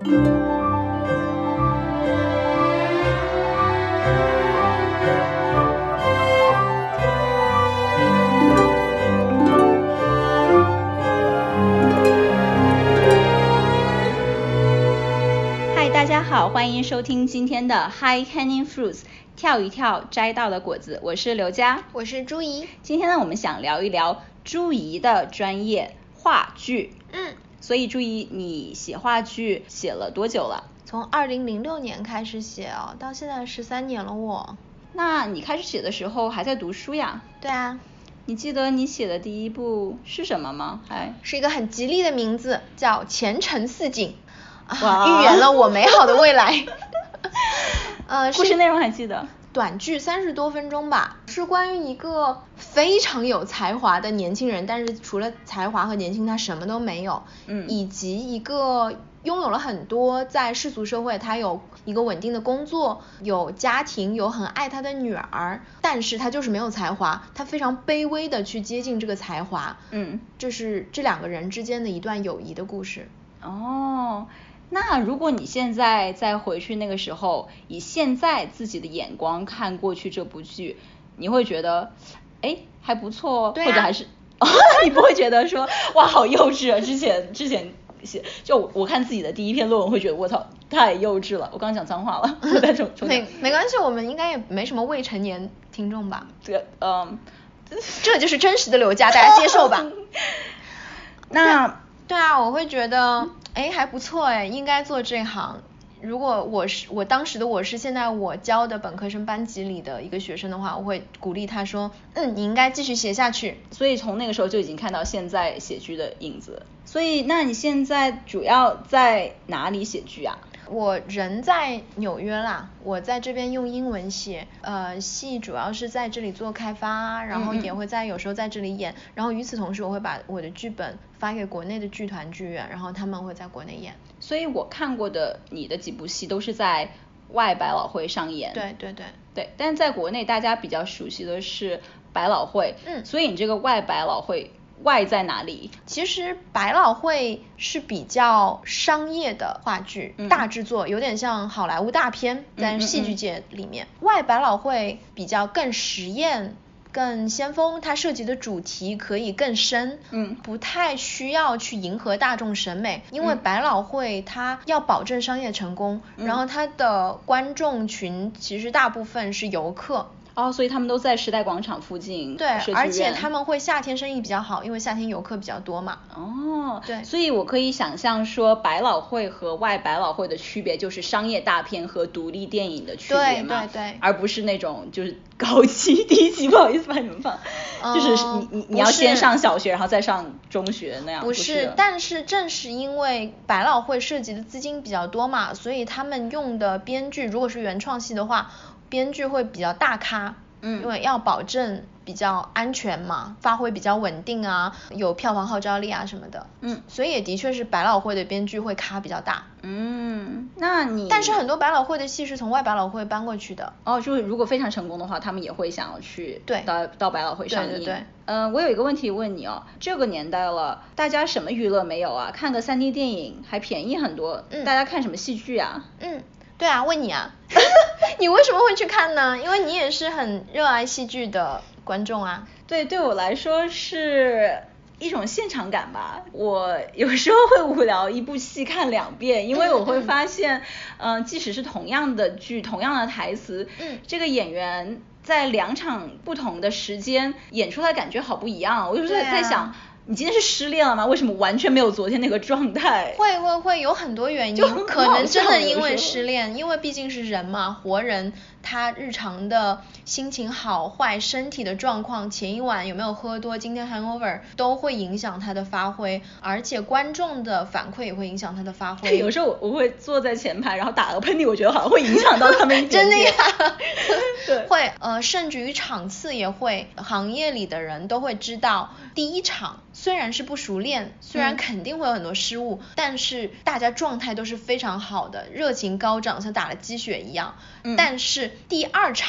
大家好，欢迎收听今天的 High Hanging Fruits 跳一跳摘到的果子，我是刘佳， 我是朱怡。 今天呢，我们想聊一聊朱怡的专业话剧。所以朱怡，你写话剧写了多久了？ 从2006年开始写哦，到现在13年了我。 那你开始写的时候还在读书呀？ 对啊。 你记得你写的第一部是什么吗？ 是一个很吉利的名字，叫《前程似锦》。预言了我美好的未来。 故事内容还记得？ 短剧30多分钟吧，是关于一个非常有才华的年轻人，但是除了才华和年轻他什么都没有，以及一个拥有了很多在世俗社会，他有一个稳定的工作，有家庭，有很爱他的女儿，但是他就是没有才华，他非常卑微的去接近这个才华。这是这两个人之间的一段友谊的故事。 那如果你现在再回去那个时候，以现在自己的眼光看过去这部剧，你会觉得还不错， 对啊， 或者还是你不会觉得说哇好幼稚啊？之前写就我看自己的第一篇论文会觉得我操太幼稚了，我刚讲脏话了。 没关系，我们应该也没什么未成年听众吧？ 这就是真实的刘佳，大家接受吧。对啊，我会觉得还不错应该做这行。如果我当时的我是现在我教的本科生班级里的一个学生的话，我会鼓励他说你应该继续写下去。 所以从那个时候就已经看到现在写剧的影子。所以那你现在主要在哪里写剧啊？ 我人在纽约啦，我在这边用英文写，戏主要是在这里做开发，然后也会有时候在这里演，然后与此同时我会把我的剧本发给国内的剧团剧院，然后他们会在国内演。 所以我看过的你的几部戏都是在外百老汇上演。 对， 但是在国内大家比较熟悉的是百老汇。所以你这个外百老汇外在哪里？ 其实百老汇是比较商业的话剧，大制作，有点像好莱坞大片，在戏剧界里面。外百老汇比较更实验，更先锋，它涉及的主题可以更深，不太需要去迎合大众审美，因为百老汇它要保证商业成功，然后它的观众群其实大部分是游客。 所以他们都在时代广场附近。 对，而且他们会夏天生意比较好，因为夏天游客比较多嘛。对， 所以我可以想象说百老汇和外百老汇的区别就是商业大片和独立电影的区别嘛。 对， 而不是那种就是高级低级，不好意思把你们放，就是你要先上小学然后再上中学那样。 不是，但是正是因为百老汇涉及的资金比较多嘛，所以他们用的编剧如果是原创戏的话，编剧会比较大咖，因为要保证比较安全嘛，发挥比较稳定啊，有票房号召力啊什么的。所以也的确是百老汇的编剧会咖比较大。但是很多百老汇的戏是从外百老汇搬过去的。 就是如果非常成功的话，他们也会想要去到百老汇上映。 对。 我有一个问题问你这个年代了，大家什么娱乐没有啊？看个3D 电影还便宜很多，大家看什么戏剧啊？ 对啊，问你啊。你为什么会去看呢？因为你也是很热爱戏剧的观众啊。 对我来说是一种现场感吧。我有时候会无聊一部戏看2遍，因为我会发现即使是同样的剧同样的台词，这个演员在2场不同的时间演出来感觉好不一样。我有时候在想，你今天是失恋了吗？为什么完全没有昨天那个状态？ 会有很多原因，可能真的因为失恋，因为毕竟是人嘛，活人他日常的心情好坏，身体的状况，前一晚有没有喝多，今天 hangover 都会影响他的发挥，而且观众的反馈也会影响他的发挥。 有时候我会坐在前排，然后打个喷嚏，我觉得好像会影响到他们一点点。 真的呀？ 对， 会甚至于场次也会，行业里的人都会知道，第一场虽然是不熟练，虽然肯定会有很多失误，但是大家状态都是非常好的，热情高涨，像打了鸡血一样。但是第2场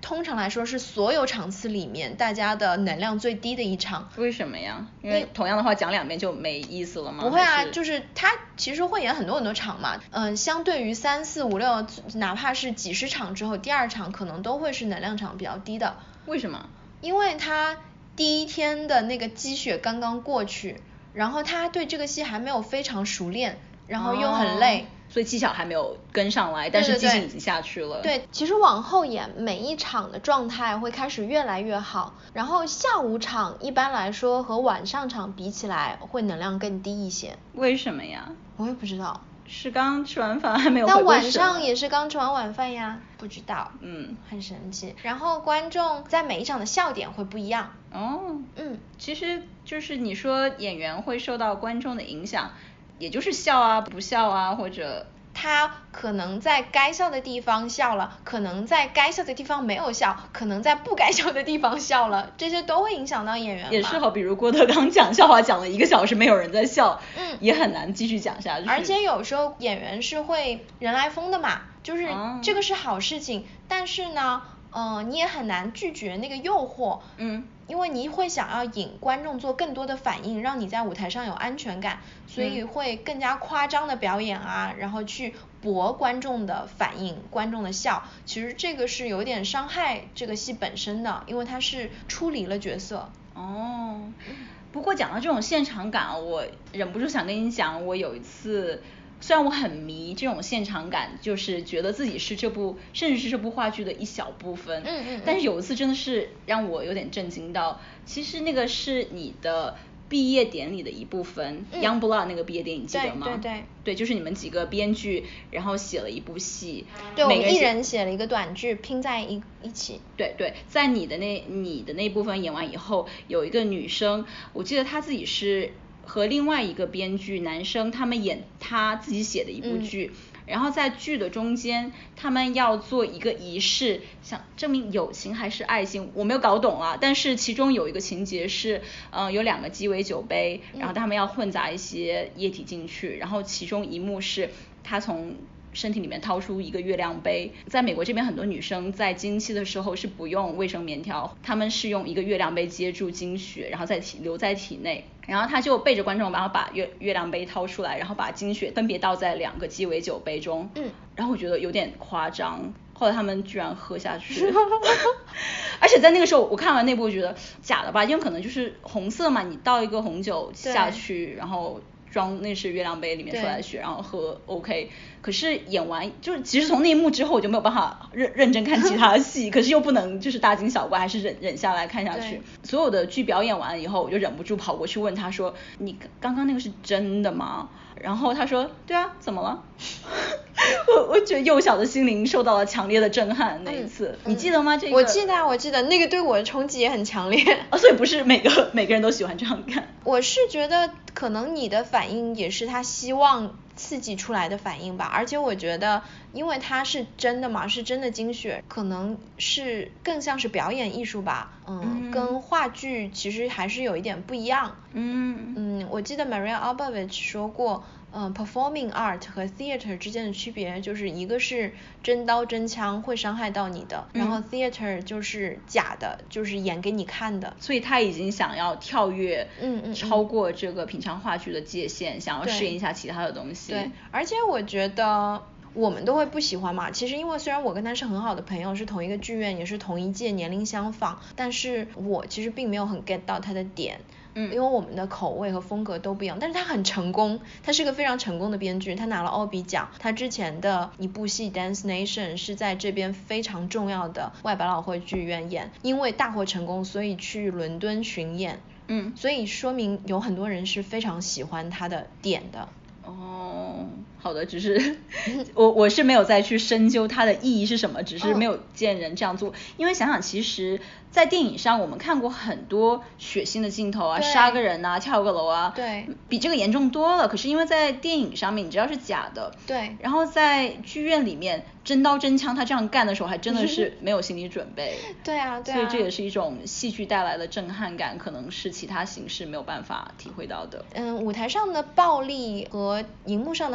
通常来说是所有场次里面大家的能量最低的一场。 为什么呀？因为同样的话讲2遍就没意思了吗？ 不会啊，就是他其实会演很多场嘛，相对于3、4、5、6，哪怕是几十场之后，第2场可能都会是能量场比较低的。 为什么？ 因为他第1天的那个积雪刚刚过去，然后他对这个戏还没有非常熟练，然后又很累， 所以技巧还没有跟上来，但是激情已经下去了。 对，其实往后演每一场的状态会开始越来越好，然后下午场一般来说和晚上场比起来会能量更低一些。 为什么呀？ 我也不知道， 是刚吃完饭还没有回过神。 但晚上也是刚吃完晚饭呀，不知道，很神奇。然后观众在每一场的笑点会不一样。 其实就是你说演员会受到观众的影响，也就是笑啊不笑啊，或者他可能在该笑的地方笑了，可能在该笑的地方没有笑，可能在不该笑的地方笑了，这些都会影响到演员。 也是好，比如郭德纲讲笑话讲了1个小时没有人在笑，也很难继续讲下去。 而且有时候演员是会人来疯的嘛，就是这个是好事情，但是呢你也很难拒绝那个诱惑，因为你会想要引观众做更多的反应，让你在舞台上有安全感，所以会更加夸张的表演啊，然后去博观众的反应，观众的笑。其实这个是有点伤害这个戏本身的，因为它是出离了角色。 不过讲到这种现场感，我忍不住想跟你讲，我有一次虽然我很迷这种现场感，就是觉得自己是甚至是这部话剧的一小部分，但是有一次真的是让我有点震惊到，其实那个是你的毕业典礼的一部分，Youngblood 那个毕业典礼你记得吗？对，就是你们几个编剧然后写了一部戏， 对，我们一人写了一个短剧拼在一起。 对，在你的那部分演完以后，有一个女生，我记得她自己是和另外一个编剧男生他们演他自己写的一部剧，然后在剧的中间他们要做一个仪式，想证明友情还是爱情，我没有搞懂啊，但是其中有一个情节是有2个鸡尾酒杯，然后他们要混杂一些液体进去，然后其中一幕是他从身体里面掏出一个月亮杯。在美国这边很多女生在经期的时候是不用卫生棉条，她们是用一个月亮杯接住经血，然后再留在体内，然后他就背着观众然后把月亮杯掏出来，然后把经血分别倒在2个鸡尾酒杯中，然后我觉得有点夸张，后来他们居然喝下去而且在那个时候我看完那部觉得假的吧，因为可能就是红色嘛，你倒一个红酒下去，然后装那是月亮杯里面出来的血，然后喝 OK。 可是演完就是其实从那一幕之后我就没有办法认真看其他的戏可是又不能就是大惊小怪，还是忍下来看下去。所有的剧表演完了以后，我就忍不住跑过去问他说，你刚刚那个是真的吗？然后他说对啊，怎么了我觉得幼小的心灵受到了强烈的震撼那一次。你记得吗？这个我记得那个对我的冲击也很强烈所以不是每个人都喜欢这样看。 我是觉得可能你的反应也是他希望刺激出来的反应吧，而且我觉得因为它是真的嘛，是真的经血，可能是更像是表演艺术吧，跟话剧其实还是有一点不一样。我记得 Maria Albovich 说过performing art 和 theater 之间的区别就是一个是真刀真枪会伤害到你的，然后 theater 就是假的，就是演给你看的。 所以他已经想要跳跃超过这个品尝话剧的界限，想要试验一下其他的东西。 对，而且我觉得我们都会不喜欢嘛，其实因为虽然我跟他是很好的朋友，是同一个剧院，也是同一届，年龄相仿，但是我其实并没有很 get 到他的点，因为我们的口味和风格都不一样。但是他很成功，他是个非常成功的编剧，他拿了奥比奖，他之前的一部戏 Dance Nation 是在这边非常重要的外百老汇剧院演，因为大获成功所以去伦敦巡演，所以说明有很多人是非常喜欢他的点的。 好的，只是我是没有再去深究它的意义是什么，只是没有见人这样做。因为想想其实在电影上我们看过很多血腥的镜头啊，杀个人啊，跳个楼啊， 对， 比这个严重多了。可是因为在电影上面你知道是假的， 对， 然后在剧院里面真刀真枪他这样干的时候还真的是没有心理准备对啊， 所以这也是一种戏剧带来的震撼感，可能是其他形式没有办法体会到的。 舞台上的暴力和荧幕上的暴力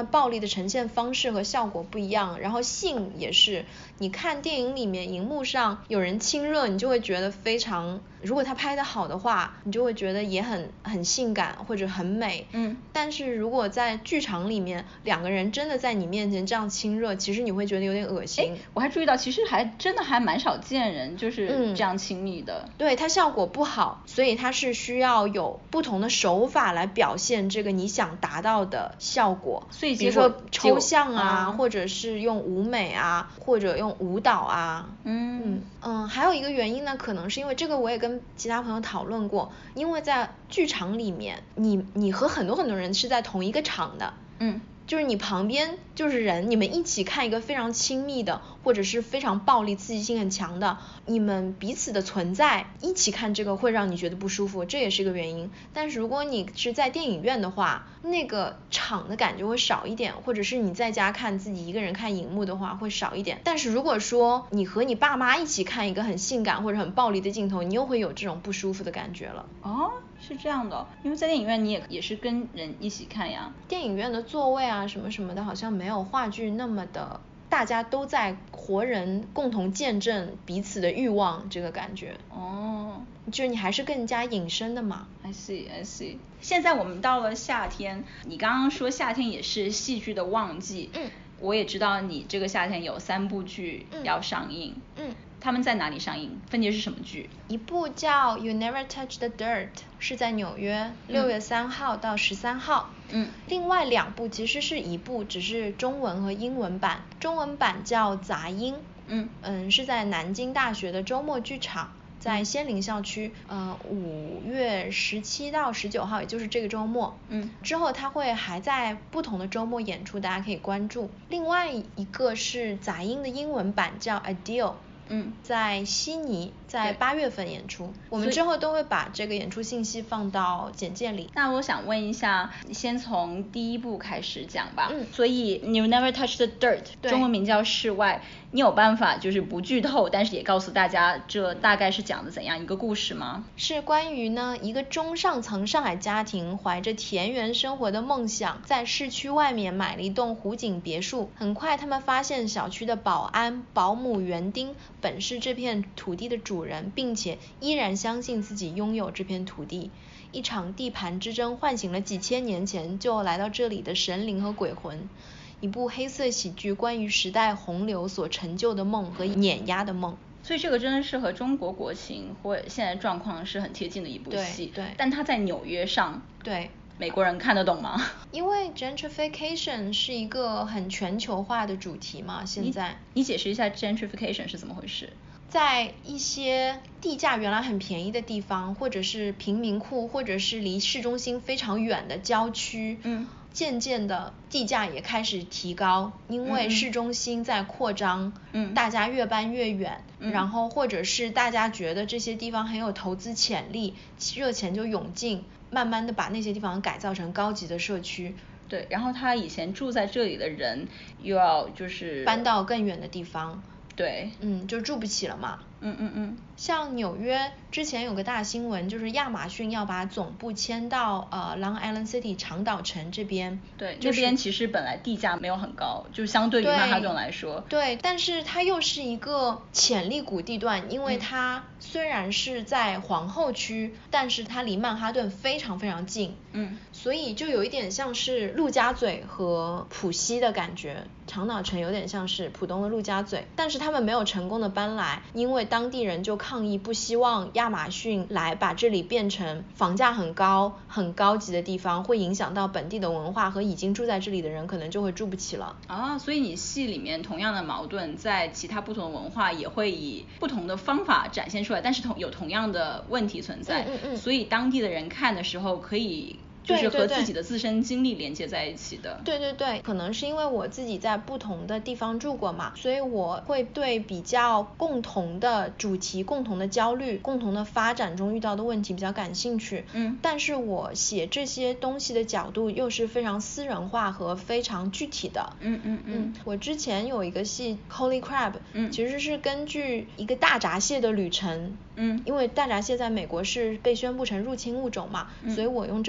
的呈现方式和效果不一样，然后性也是，你看电影里面荧幕上有人亲热，你就会觉得非常，如果他拍得好的话，你就会觉得也很性感或者很美。但是如果在剧场里面两个人真的在你面前这样亲热，其实你会觉得有点恶心。 我还注意到其实还真的还蛮少见人就是这样亲密的。 对，它效果不好，所以它是需要有不同的手法来表现这个你想达到的效果。 所以比如说抽象啊，或者是用舞美啊，或者用舞蹈啊。还有一个原因呢，可能是因为这个我也跟其他朋友讨论过，因为在剧场里面你和很多人是在同一个场的。就是你旁边就是人，你们一起看一个非常亲密的或者是非常暴力刺激性很强的，你们彼此的存在一起看这个会让你觉得不舒服，这也是一个原因。但是如果你是在电影院的话，那个场的感觉会少一点，或者是你在家看自己一个人看荧幕的话会少一点。但是如果说你和你爸妈一起看一个很性感或者很暴力的镜头，你又会有这种不舒服的感觉了。 是这样的，因为在电影院你也是跟人一起看呀。 电影院的座位啊什么什么的好像没有话剧那么的，大家都在活人共同见证彼此的欲望这个感觉。就是你还是更加隐身的嘛。 I see。现在我们到了夏天，你刚刚说夏天也是戏剧的旺季。我也知道你这个夏天有3部剧要上映。他们在哪里上映？分别是什么剧？ 一部叫 You Never Touch the Dirt， 是在纽约，6月3号到13号。另外2部其实是一部，只是中文和英文版。中文版叫杂音。是在南京大学的周末剧场，在仙林校区。5月17到19号，也就是这个周末。之后它会还在不同的周末演出，大家可以关注。另外一个是杂音的英文版叫 Ideal。在悉尼，在8月份演出。我们之后都会把这个演出信息放到简介里。 那我想问一下，先从第一部开始讲吧。所以 You Never Touch the Dirt 中文名叫室外，你有办法就是不剧透，但是也告诉大家这大概是讲的怎样一个故事吗？ 是关于呢一个中上层上海家庭怀着田园生活的梦想，在市区外面买了一栋湖景别墅。很快他们发现小区的保安、保姆、园丁本是这片土地的主人，并且依然相信自己拥有这片土地。一场地盘之争唤醒了几千年前就来到这里的神灵和鬼魂。一部黑色喜剧，关于时代洪流所成就的梦和碾压的梦。 所以这个真的是和中国国情或现在状况是很贴近的一部戏。 对。 但它在纽约上。 对。 美国人看得懂吗？ 因为 gentrification 是一个很全球化的主题嘛，现在。 你解释一下 gentrification 是怎么回事？ 在一些地价原来很便宜的地方，或者是贫民窟，或者是离市中心非常远的郊区，渐渐的地价也开始提高，因为市中心在扩张，大家越搬越远，然后或者是大家觉得这些地方很有投资潜力，热钱就涌进，慢慢的把那些地方改造成高级的社区。 对，然后他以前住在这里的人又要就是搬到更远的地方。 对。 就住不起了嘛。像纽约之前有个大新闻，就是亚马逊要把总部迁到Long Island City 长岛城这边。 对，那边其实本来地价没有很高，就相对于曼哈顿来说。 对，但是它又是一个潜力股地段，因为它虽然是在皇后区，但是它离曼哈顿非常非常近。所以就有一点像是陆家嘴和浦西的感觉，长岛城有点像是浦东的陆家嘴，但是他们没有成功的搬来，因为当地人就抗议，不希望亚马逊来把这里变成房价很高很高级的地方，会影响到本地的文化，和已经住在这里的人可能就会住不起了。 所以你戏里面同样的矛盾在其他不同的文化也会以不同的方法展现出来，但是有同样的问题存在。所以当地的人看的时候可以就是和自己的自身经历连接在一起的。 对，可能是因为我自己在不同的地方住过嘛，所以我会对比较共同的主题、共同的焦虑、共同的发展中遇到的问题比较感兴趣。但是我写这些东西的角度又是非常私人化和非常具体的。我之前有一个戏 Holy Crab，其实是根据一个大闸蟹的旅程。因为大闸蟹在美国是被宣布成入侵物种嘛，所以我用这个作为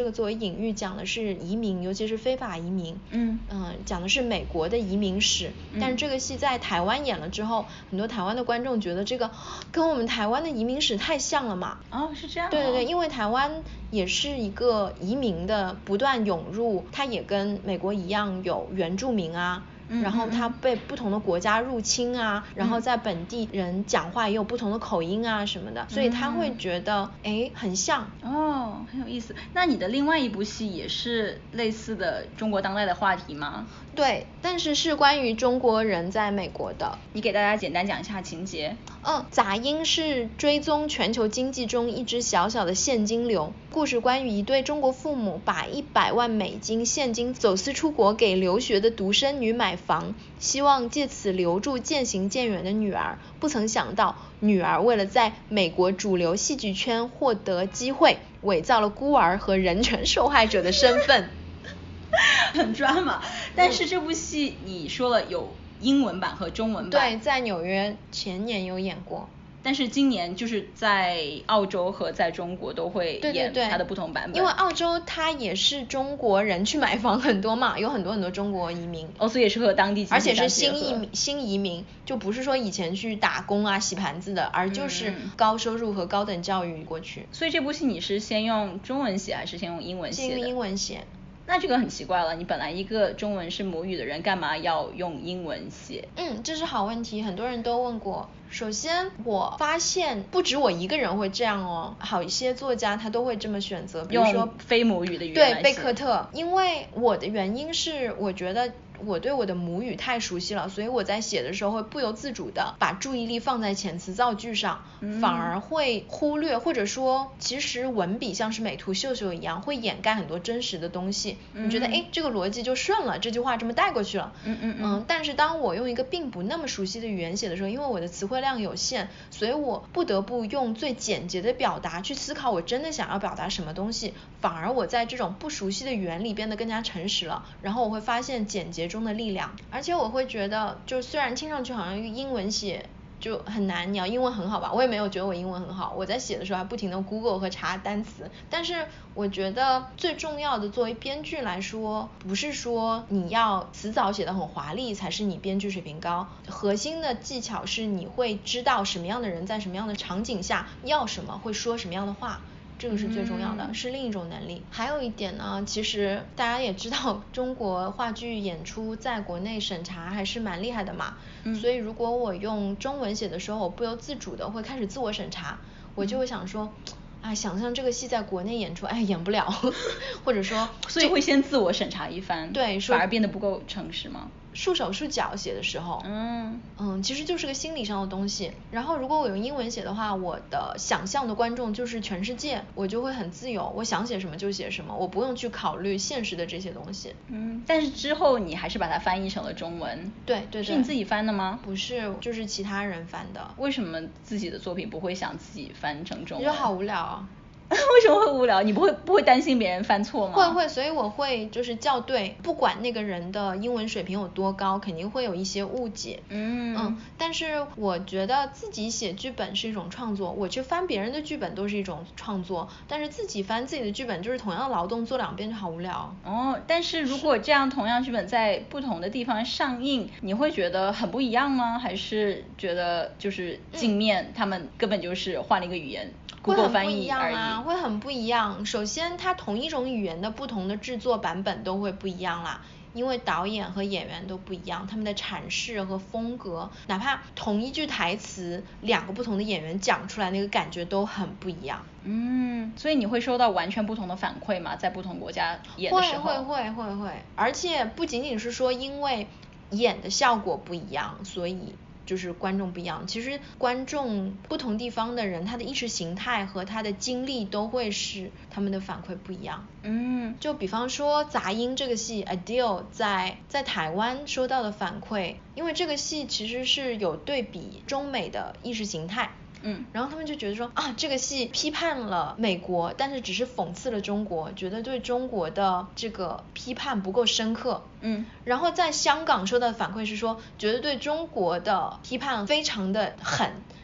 隐喻讲的是移民，尤其是非法移民，讲的是美国的移民史。但是这个戏在台湾演了之后，很多台湾的观众觉得这个跟我们台湾的移民史太像了嘛。 是这样。 对对对，因为台湾也是一个移民的不断涌入，它也跟美国一样有原住民啊。然后他被不同的国家入侵啊，然后在本地人讲话也有不同的口音啊什么的，所以他会觉得很像。 很有意思。那你的另外一部戏也是类似的中国当代的话题吗？ 对，但是是关于中国人在美国的。 你给大家简单讲一下情节。 杂音是追踪全球经济中一只小小的现金流，故事关于一对中国父母把100万美金现金走私出国给留学的独生女买房，希望借此留住渐行渐远的女儿，不曾想到女儿为了在美国主流戏剧圈获得机会，伪造了孤儿和人权受害者的身份。 很抓马。但是这部戏你说了有英文版和中文版。 对，在纽约前年有演过， 但是今年就是在澳洲和在中国都会演它的不同版本。 因为澳洲它也是中国人去买房很多嘛，有很多中国移民。 所以也是和当地经济而且是新移民，就不是说以前去打工啊洗盘子的，而就是高收入和高等教育过去。 所以这部戏你是先用中文写还是先用英文写的？ 先用英文写。 那这个很奇怪了，你本来一个中文是母语的人，干嘛要用英文写？ 这是好问题，很多人都问过。首先我发现不止我一个人会这样哦，好一些作家他都会这么选择，比如说用非母语的语言来写。 对，贝克特。因为我的原因是我觉得我对我的母语太熟悉了，所以我在写的时候会不由自主的把注意力放在遣词造句上，反而会忽略，或者说其实文笔像是美图秀秀一样，会掩盖很多真实的东西。你觉得这个逻辑就顺了，这句话这么带过去了。但是当我用一个并不那么熟悉的语言写的时候，因为我的词汇量有限，所以我不得不用最简洁的表达去思考我真的想要表达什么东西，反而我在这种不熟悉的语言里变得更加诚实了，然后我会发现简洁中的力量。而且我会觉得就虽然听上去好像用英文写就很难，你要英文很好吧，我也没有觉得我英文很好，我在写的时候还不停的 Google 和查单词。但是我觉得最重要的作为编剧来说，不是说你要词藻写得很华丽才是你编剧水平高，核心的技巧是你会知道什么样的人在什么样的场景下要什么，会说什么样的话，这个是最重要的，是另一种能力。还有一点呢，其实大家也知道中国话剧演出在国内审查还是蛮厉害的嘛，所以如果我用中文写的时候，我不由自主的会开始自我审查，我就会想说想象这个戏在国内演出演不了或者说所以会先自我审查一番， 对， 反而变得不够诚实吗？ 束手束脚写的时候，其实就是个心理上的东西。然后如果我用英文写的话，我的想象的观众就是全世界，我就会很自由，我想写什么就写什么，我不用去考虑现实的这些东西。 但是之后你还是把它翻译成了中文。 对对对。 是你自己翻的吗？ 不是，就是其他人翻的。 为什么自己的作品不会想自己翻成中文？ 我觉得好无聊啊。 为什么会无聊？你不会担心别人犯错吗？ 会，所以我会就是校对，不管那个人的英文水平有多高，肯定会有一些误解。但是我觉得自己写剧本是一种创作，我去翻别人的剧本都是一种创作，但是自己翻自己的剧本就是同样的劳动做2遍就好无聊。 但是如果这样同样剧本在不同的地方上映，你会觉得很不一样吗？还是觉得就是镜面他们根本就是换了一个语言？Google 翻译而已， 会很不一样。首先它同一种语言的不同的制作版本都会不一样啦，因为导演和演员都不一样，他们的阐释和风格，哪怕同一句台词2个不同的演员讲出来，那个感觉都很不一样。 所以你会收到完全不同的反馈吗？在不同国家演的时候？ 会，而且不仅仅是说因为演的效果不一样，所以就是观众不一样，其实观众不同地方的人，他的意识形态和他的经历都会使他们的反馈不一样。就比方说杂音这个戏 Ideal 在台湾收到的反馈，因为这个戏其实是有对比中美的意识形态，然后他们就觉得说这个戏批判了美国，但是只是讽刺了中国，觉得对中国的这个批判不够深刻。然后在香港收到的反馈是说，觉得对中国的批判非常的狠，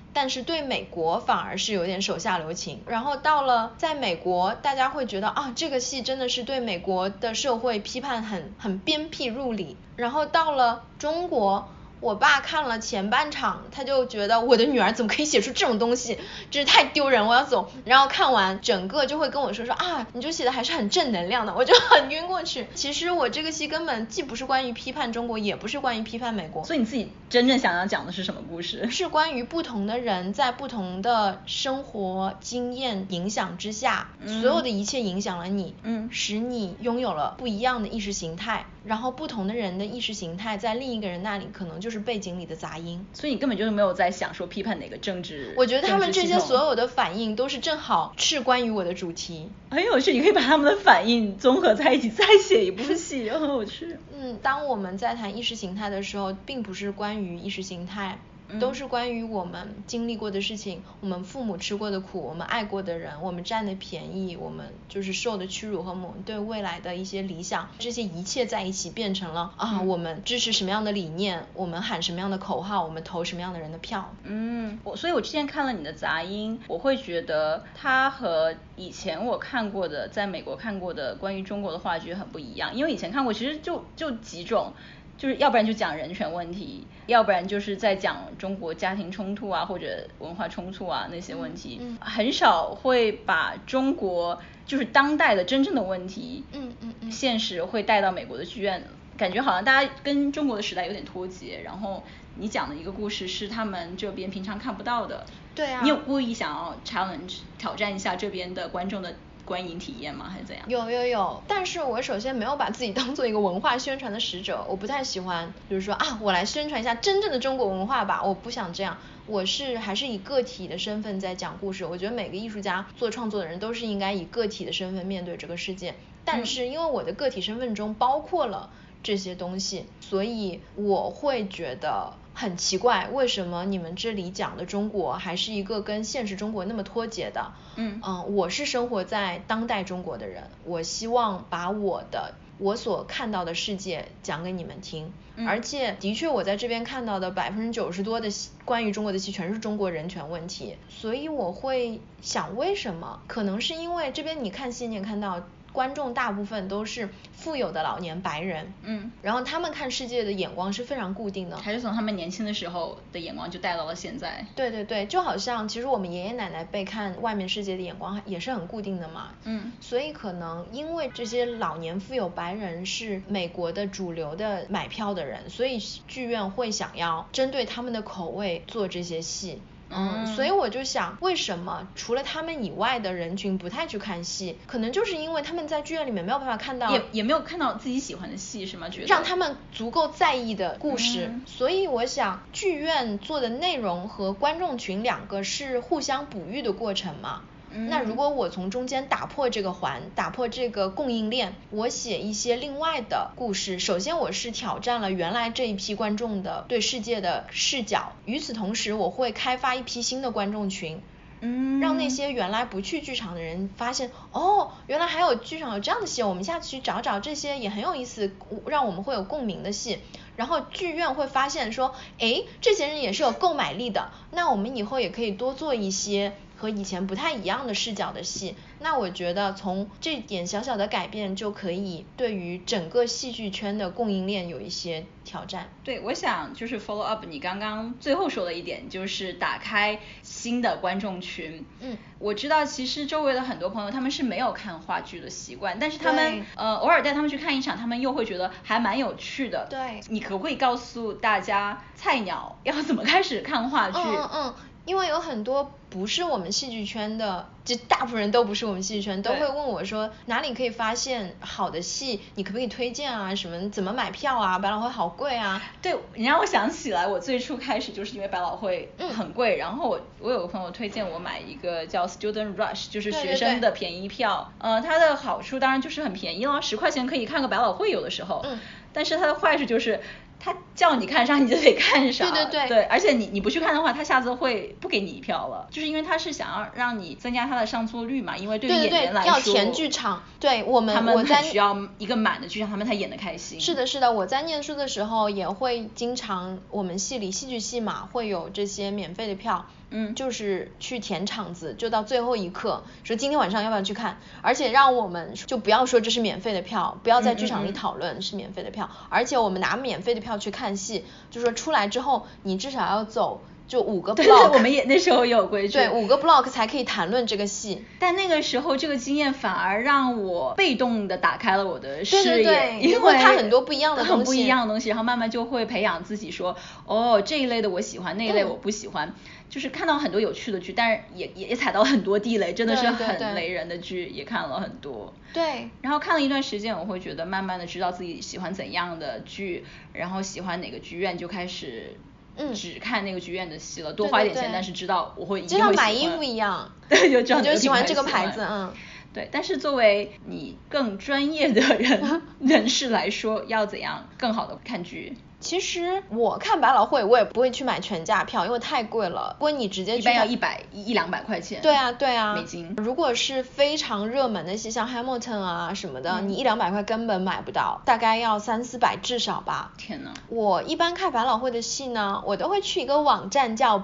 但是对美国反而是有点手下留情。然后到了在美国，大家会觉得啊，这个戏真的是对美国的社会批判很鞭辟入里。然后到了中国，我爸看了前半场，他就觉得我的女儿怎么可以写出这种东西，真是太丢人，我要走。然后看完整个就会跟我说啊，你就写的还是很正能量的，我就很晕过去。其实我这个戏根本既不是关于批判中国，也不是关于批判美国。 所以你自己真正想要讲的是什么故事？ 是关于不同的人在不同的生活经验影响之下，所有的一切影响了你，使你拥有了不一样的意识形态。然后不同的人的意识形态在另一个人那里可能就是背景里的杂音。 所以你根本就是没有在想说批判哪个政治。 我觉得他们这些所有的反应都是正好是关于我的主题。 很有趣，你可以把他们的反应综合在一起再写一部戏，很有趣。 当我们在谈意识形态的时候，并不是关于意识形态，都是关于我们经历过的事情，我们父母吃过的苦，我们爱过的人，我们占的便宜，我们就是受的屈辱和我们对未来的一些理想，这些一切在一起变成了我们支持什么样的理念，我们喊什么样的口号，我们投什么样的人的票。 所以我之前看了你的杂音，我会觉得它和以前我看过的在美国看过的关于中国的话剧很不一样。因为以前看过其实就几种，就是要不然就讲人权问题，要不然就是在讲中国家庭冲突啊，或者文化冲突啊那些问题，很少会把中国就是当代的真正的问题，现实会带到美国的剧院，感觉好像大家跟中国的时代有点脱节。然后你讲的一个故事是他们这边平常看不到的。 对啊。 你有故意想要挑战一下这边的观众的观影体验吗？还是怎样？ 有，但是我首先没有把自己当做一个文化宣传的使者，我不太喜欢比如说我来宣传一下真正的中国文化吧，我不想这样。我还是以个体的身份在讲故事。我觉得每个艺术家做创作的人都是应该以个体的身份面对这个世界，但是因为我的个体身份中包括了这些东西，所以我会觉得很奇怪，为什么你们这里讲的中国还是一个跟现实中国那么脱节的。我是生活在当代中国的人，我希望把我所看到的世界讲给你们听。而且的确我在这边看到的90%多的关于中国的戏全是中国人权问题，所以我会想为什么，可能是因为这边你看戏你也看到观众大部分都是富有的老年白人，然后他们看世界的眼光是非常固定的， 还是从他们年轻的时候的眼光就带到了现在。 对，就好像其实我们爷爷奶奶辈看外面世界的眼光也是很固定的嘛。所以可能因为这些老年富有白人是美国的主流的买票的人，所以剧院会想要针对他们的口味做这些戏。所以我就想为什么除了他们以外的人群不太去看戏，可能就是因为他们在剧院里面没有办法看到， 也没有看到自己喜欢的戏是吗？觉得让他们足够在意的故事。所以我想剧院做的内容和观众群两个是互相哺育的过程嘛。那如果我从中间打破这个环，打破这个供应链，我写一些另外的故事，首先我是挑战了原来这一批观众的对世界的视角，与此同时我会开发一批新的观众群，让那些原来不去剧场的人发现原来还有剧场有这样的戏，我们下次去找找这些也很有意思，让我们会有共鸣的戏。然后剧院会发现说这些人也是有购买力的，那我们以后也可以多做一些和以前不太一样的视角的戏。那我觉得从这点小小的改变就可以对于整个戏剧圈的供应链有一些挑战。 对，我想就是 follow up 你刚刚最后说的一点，就是打开新的观众群。我知道其实周围的很多朋友他们是没有看话剧的习惯，但是他们偶尔带他们去看一场，他们又会觉得还蛮有趣的。 对， 你可不可以告诉大家菜鸟要怎么开始看话剧？ 因为有很多不是我们戏剧圈的，就大部分人都不是我们戏剧圈，都会问我说哪里可以发现好的戏，你可不可以推荐啊，什么怎么买票啊，百老汇好贵啊。 对，你让我想起来我最初开始就是因为百老汇很贵，然后我有个朋友推荐我买一个叫 Student Rush， 就是学生的便宜票。它的好处当然就是很便宜了，10块钱可以看个百老汇有的时候。但是它的坏处就是它叫你看啥你就得看啥。 对， 而且你不去看的话，他下次会不给你一票了，就是因为他是想要让你增加他的上座率嘛，因为对于演员来说要填剧场。对， 他们很需要一个满的剧场，他们才演得开心。 是的，我在念书的时候也会经常，我们系里戏剧系嘛会有这些免费的票，就是去填场子，就到最后一刻说今天晚上要不要去看，而且让我们就不要说这是免费的票，不要在剧场里讨论是免费的票，而且我们拿免费的票去看戏，就说出来之后你至少要走就5个 block。 对，我们也那时候也有规矩， 对，5个 block 才可以谈论这个戏。 但那个时候这个经验反而让我被动的打开了我的视野。 对， 因为它很多不一样的东西， 很不一样的东西，然后慢慢就会培养自己说，这一类的我喜欢，那一类我不喜欢，就是看到很多有趣的剧，但是也踩到很多地雷，真的是很雷人的剧也看了很多。 对， 然后看了一段时间，我会觉得慢慢的知道自己喜欢怎样的剧，然后喜欢哪个剧院，就开始只看那个剧院的戏了，多花一点钱，但是知道我会一定会喜欢， 就像买衣服一样， 对，就知道你就喜欢这个牌子。 对，但是作为你更专业的人士来说，要怎样更好的看剧？ 其实我看百老汇我也不会去买全价票，因为太贵了。如果你直接去看， 一般要100-200块钱。 对啊， 美金。 如果是非常热门的戏，像 Hamilton 啊什么的，你100-200块根本买不到，大概要300-400至少吧。 天哪！ 我一般看百老汇的戏呢，我都会去一个网站叫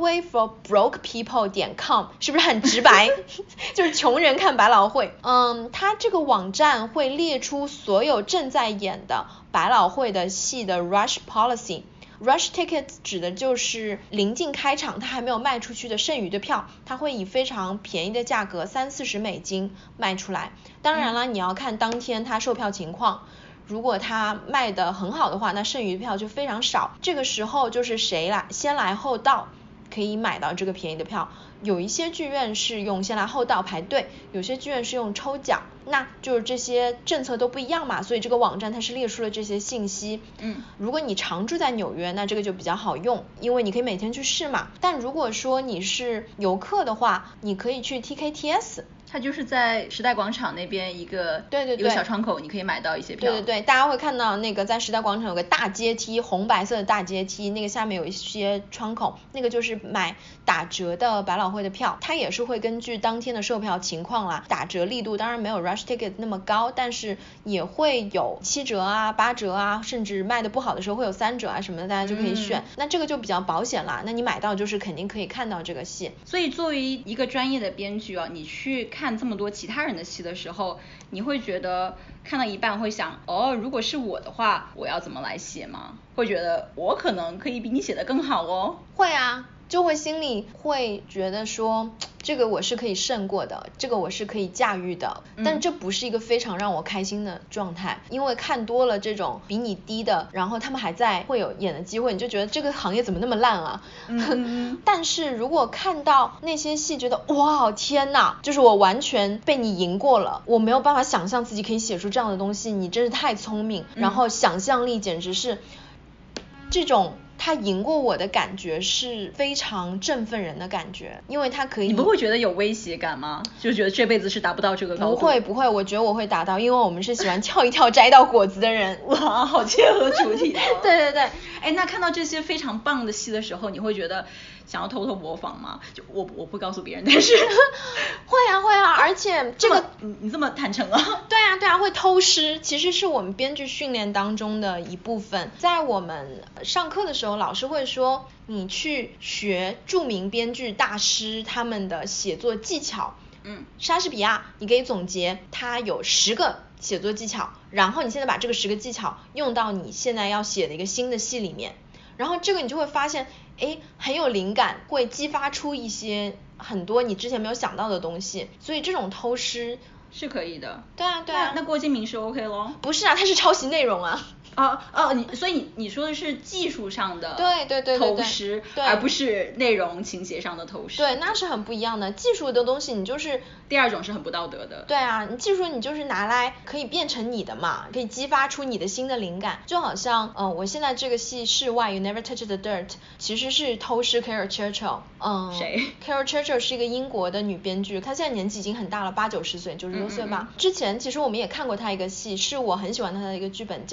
BroadwayForBrokePeople.com， 是不是很直白？就是穷人看百老汇。它这个网站会列出所有正在演的百老汇的戏的 rush policy。rush ticket 指的就是临近开场它还没有卖出去的剩余的票，它会以非常便宜的价格$30-40美金卖出来。当然了，你要看当天它售票情况，如果它卖得很好的话，那剩余的票就非常少。这个时候就是先来后到可以买到这个便宜的票。有一些剧院是用先来后到排队，有些剧院是用抽奖，那就是这些政策都不一样嘛，所以这个网站它是列出了这些信息。如果你常住在纽约，那这个就比较好用，因为你可以每天去试嘛。但如果说你是游客的话，你可以去 TKTS， 它就是在时代广场那边一个一个小窗口，你可以买到一些票。 对，大家会看到那个在时代广场有个大阶梯，红白色的大阶梯，那个下面有一些窗口，那个就是买打折的百老汇的票。它也是会根据当天的售票情况啦，打折力度当然没有 rush ticket 那么高，但是也会有7折啊、8折啊，甚至卖的不好的时候会有3折啊什么的，大家就可以选。那这个就比较保险啦，那你买到就是肯定可以看到这个戏。 所以作为一个专业的编剧你去看这么多其他人的戏的时候，你会觉得看到一半会想，如果是我的话，我要怎么来写吗？会觉得我可能可以比你写得更好哦。 会啊，就会心里会觉得说，这个我是可以胜过的，这个我是可以驾驭的，但这不是一个非常让我开心的状态，因为看多了这种比你低的，然后他们还在会有演的机会，你就觉得这个行业怎么那么烂啊。但是如果看到那些戏觉得哇天哪，就是我完全被你赢过了，我没有办法想象自己可以写出这样的东西，你真是太聪明，然后想象力简直是这种他赢过我的感觉是非常振奋人的感觉，因为他可以。 你不会觉得有威胁感吗？就觉得这辈子是达不到这个高度？ 不会，我觉得我会达到，因为我们是喜欢跳一跳摘到果子的人。 哇，好切合主题。 对， 那看到这些非常棒的戏的时候，你会觉得想要偷偷模仿吗？就我不告诉别人，但是会啊，而且这个你这么坦诚啊？ 对啊，会偷师，其实是我们编剧训练当中的一部分。在我们上课的时候，老师会说你去学著名编剧大师他们的写作技巧。莎士比亚你可以总结他有10个写作技巧，然后你现在把这个10个技巧用到你现在要写的一个新的戏里面，然后这个你就会发现很有灵感，会激发出一些很多你之前没有想到的东西，所以这种偷师是可以的。 对啊， 那郭敬明是 OK 咯？ 不是啊，他是抄袭内容啊。 所以你说的是技术上的对偷师，而不是内容情节上的偷师。 对，那是很不一样的。技术的东西你就是第二种是很不道德的。 对啊，你技术你就是拿来可以变成你的嘛，可以激发出你的新的灵感。就好像我现在这个戏室外 You Never Touch the Dirt 其实是偷师 Carol Churchill。 谁 Carol Churchill 是一个英国的女编剧，她现在年纪已经很大了，80-90岁，90多岁吧。之前其实我们也看过她一个戏，是我很喜欢她的一个剧本叫 Mad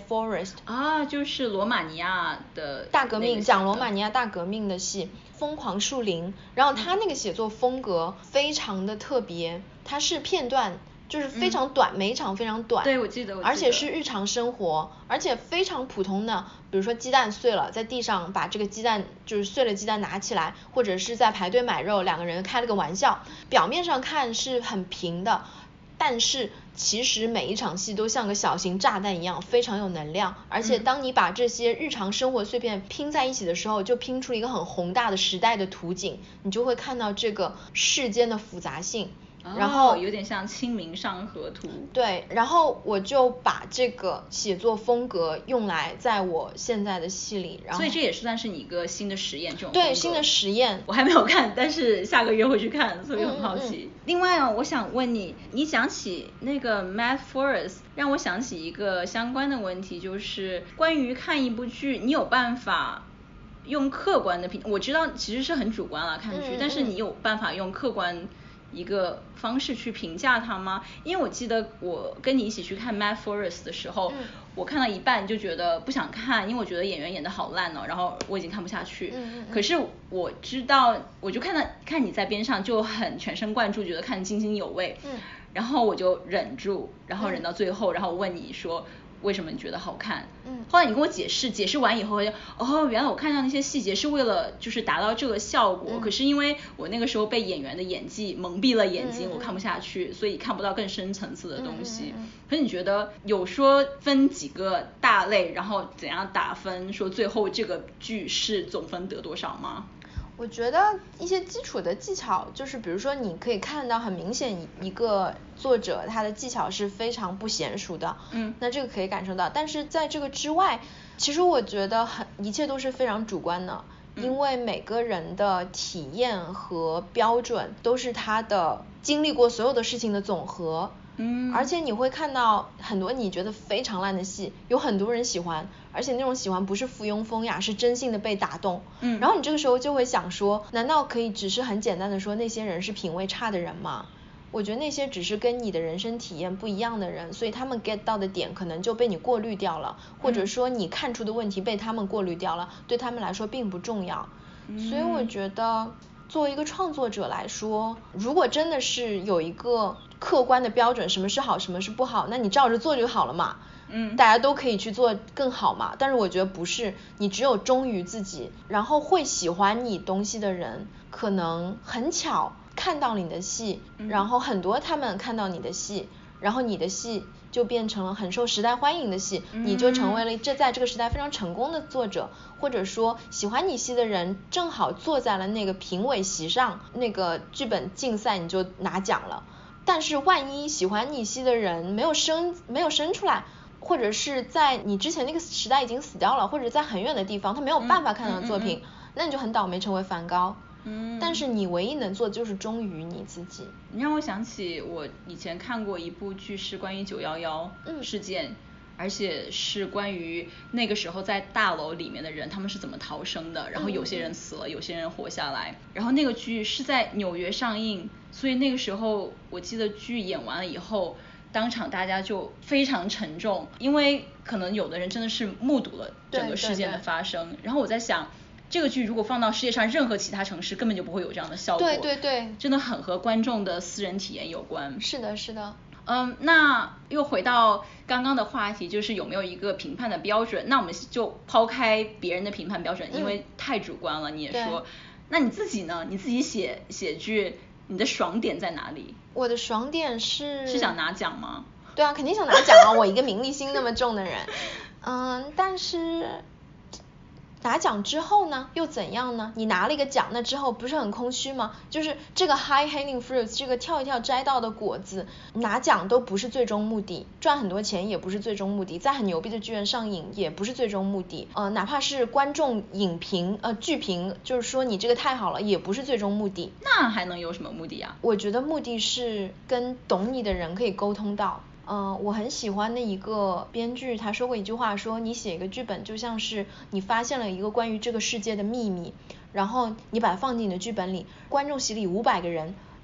Forest 啊，就是罗马尼亚的大革命，讲罗马尼亚大革命的戏，疯狂树林。然后他那个写作风格非常的特别，它是片段，就是非常短，每一场非常短。 对，我记得。 而且是日常生活，而且非常普通的，比如说鸡蛋碎了，在地上把这个鸡蛋，就是碎了鸡蛋拿起来，或者是在排队买肉，两个人开了个玩笑，表面上看是很平的，但是其实每一场戏都像个小型炸弹一样，非常有能量。而且当你把这些日常生活碎片拼在一起的时候，就拼出了一个很宏大的时代的图景，你就会看到这个世间的复杂性。然后有点像清明上河图。 对，然后我就把这个写作风格用来在我现在的戏里，然后所以这也算是你一个新的实验，这种对新的实验。 我还没有看，但是下个月会去看，所以很好奇。另外我想问你，你讲起那个 Matt Forrest， 让我想起一个相关的问题，就是关于看一部剧，你有办法用客观的我知道其实是很主观了看剧，但是你有办法用客观一个方式去评价它吗？因为我记得我跟你一起去看 Matt Forrest 的时候，我看到一半就觉得不想看，因为我觉得演员演得好烂哦，然后我已经看不下去。可是我知道，我就看你在边上就很全神贯注，觉得看津津有味。然后我就忍住，然后忍到最后，然后我问你说为什么你觉得好看？后来你跟我解释完以后，原来我看到那些细节是为了就是达到这个效果。可是因为我那个时候被演员的演技蒙蔽了眼睛，我看不下去，所以看不到更深层次的东西。可是你觉得有说分几个大类，然后怎样打分，说最后这个剧是总分得多少吗？ 我觉得一些基础的技巧，就是比如说你可以看到很明显一个作者他的技巧是非常不娴熟的，那这个可以感受到。但是在这个之外，其实我觉得一切都是非常主观的，因为每个人的体验和标准都是他的经历过所有的事情的总和。而且你会看到很多你觉得非常烂的戏，有很多人喜欢，而且那种喜欢不是附庸风雅，是真心的被打动。然后你这个时候就会想说，难道可以只是很简单的说那些人是品味差的人吗？我觉得那些只是跟你的人生体验不一样的人，所以他们 get 到的点可能就被你过滤掉了，或者说你看出的问题被他们过滤掉了，对他们来说并不重要。所以我觉得作为一个创作者来说，如果真的是有一个客观的标准，什么是好什么是不好，那你照着做就好了嘛。大家都可以去做更好嘛。但是我觉得不是，你只有忠于自己，然后会喜欢你东西的人可能很巧看到你的戏，然后很多他们看到你的戏，然后你的戏就变成了很受时代欢迎的戏，你就成为了在这个时代非常成功的作者，或者说喜欢你戏的人正好坐在了那个评委席上，那个剧本竞赛你就拿奖了。但是万一喜欢你戏的人没有生出来，或者是在你之前那个时代已经死掉了，或者在很远的地方他没有办法看到作品，那你就很倒霉成为梵高。但是你唯一能做的就是忠于你自己。 你让我想起我以前看过一部剧，是关于911事件，而且是关于那个时候在大楼里面的人他们是怎么逃生的，然后有些人死了，有些人活下来。然后那个剧是在纽约上映，所以那个时候我记得剧演完了以后，当场大家就非常沉重，因为可能有的人真的是目睹了整个事件的发生。然后我在想，这个剧如果放到世界上任何其他城市根本就不会有这样的效果。 对， 真的很和观众的私人体验有关。 是的那又回到刚刚的话题，就是有没有一个评判的标准。那我们就抛开别人的评判标准，因为太主观了，你也说。那你自己呢？你自己写剧，你的爽点在哪里？ 我的爽点是想拿奖吗？ 对啊，肯定想拿奖啊，我一个名利心那么重的人。但是拿奖之后呢又怎样呢？你拿了一个奖，那之后不是很空虚吗？就是这个 high hanging fruits， 这个跳一跳摘到的果子，拿奖都不是最终目的，赚很多钱也不是最终目的，在很牛逼的剧院上映也不是最终目的，哪怕是观众影评剧评就是说你这个太好了也不是最终目的。 那还能有什么目的啊？ 我觉得目的是跟懂你的人可以沟通到。我很喜欢的一个编剧，他说过一句话，说你写一个剧本就像是你发现了一个关于这个世界的秘密，然后你把它放进你的剧本里，观众席里500个人，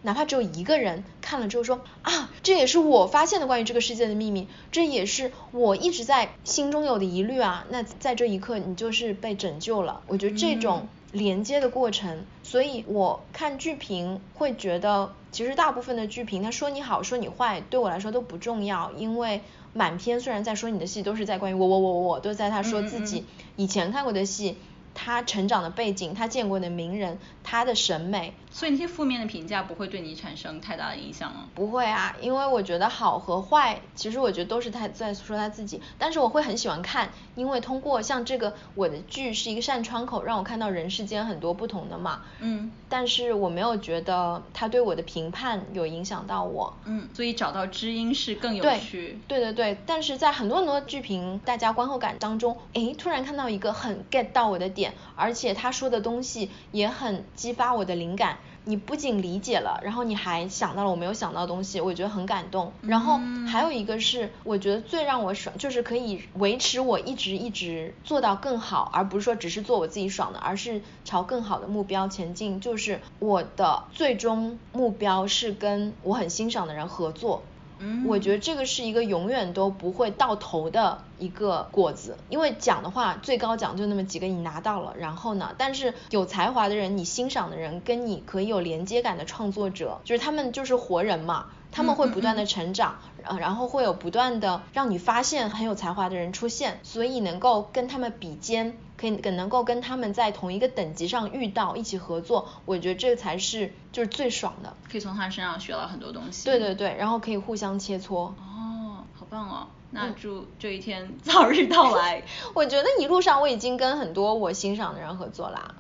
哪怕只有一个人看了之后说啊，这也是我发现的关于这个世界的秘密，这也是我一直在心中有的疑虑啊，那在这一刻你就是被拯救了。我觉得这种连接的过程，所以我看剧评会觉得其实大部分的剧评他说你好说你坏对我来说都不重要，因为满篇虽然在说你的戏都是在关于我都在他说自己以前看过的戏，他成长的背景，他见过的名人，他的审美。 所以那些负面的评价不会对你产生太大的影响吗？ 不会啊，因为我觉得好和坏其实我觉得都是他在说他自己，但是我会很喜欢看，因为通过像这个我的剧是一个扇窗口，让我看到人世间很多不同的嘛。但是我没有觉得他对我的评判有影响到我。 所以找到知音是更有趣。 对，但是在很多剧评大家观后感当中，突然看到一个很 get 到我的点，而且他说的东西也很激发我的灵感，你不仅理解了，然后你还想到了我没有想到的东西，我觉得很感动。然后还有一个是我觉得最让我爽，就是可以维持我一直做到更好，而不是说只是做我自己爽的，而是朝更好的目标前进，就是我的最终目标是跟我很欣赏的人合作。我觉得这个是一个永远都不会到头的一个果子，因为奖的话最高奖就那么几个你拿到了，然后呢，但是有才华的人，你欣赏的人，跟你可以有连接感的创作者，就是他们就是活人嘛，他们会不断的成长，然后会有不断的让你发现很有才华的人出现，所以能够跟他们比肩，可以能够跟他们在同一个等级上遇到，一起合作，我觉得这才是就是最爽的， 可以从他身上学到很多东西。 对，然后可以互相切磋。 好棒哦，那祝这一天早日到来。 我觉得一路上我已经跟很多我欣赏的人合作啦。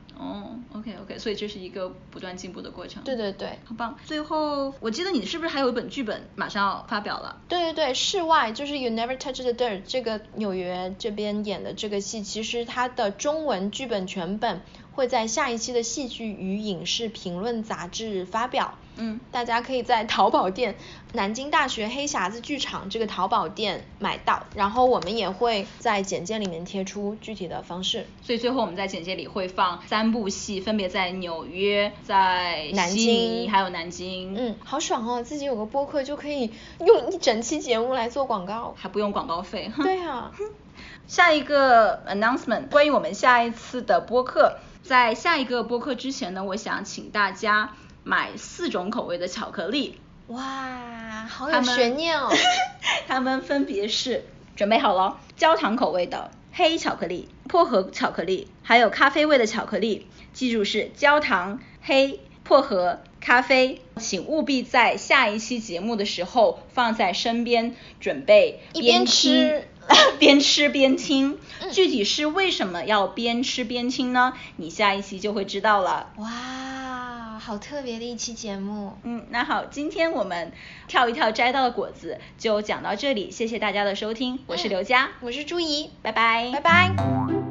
OK， 所以这是一个不断进步的过程。 对， 好棒。最后我记得你是不是还有一本剧本马上要发表了？ 对，室外就是 You Never Touch the Dirt 这个纽约这边演的这个戏，其实它的中文剧本全本会在下一期的戏剧与影视评论杂志发表。大家可以在淘宝店南京大学黑匣子剧场这个淘宝店买到，然后我们也会在简介里面贴出具体的方式。 所以最后我们在简介里会放3部戏，分别在纽约、在悉尼还有南京。 好爽哦，自己有个播客就可以用一整期节目来做广告， 还不用广告费。 对啊。 下一个 announcement 关于我们下一次的播客，在下一个播客之前呢，我想请大家买4种口味的巧克力。 哇，好有悬念哦。 它们分别是，准备好了，焦糖口味的黑巧克力、薄荷巧克力，还有咖啡味的巧克力。记住是焦糖、黑、薄荷、咖啡。请务必在下一期节目的时候放在身边，准备边吃边吃边听。具体是为什么要边吃边听呢？你下一期就会知道了。 哇，好特别的一期节目。 那好，今天我们跳一跳摘到的果子就讲到这里，谢谢大家的收听，我是刘佳， 我是朱怡， 拜拜。 拜拜。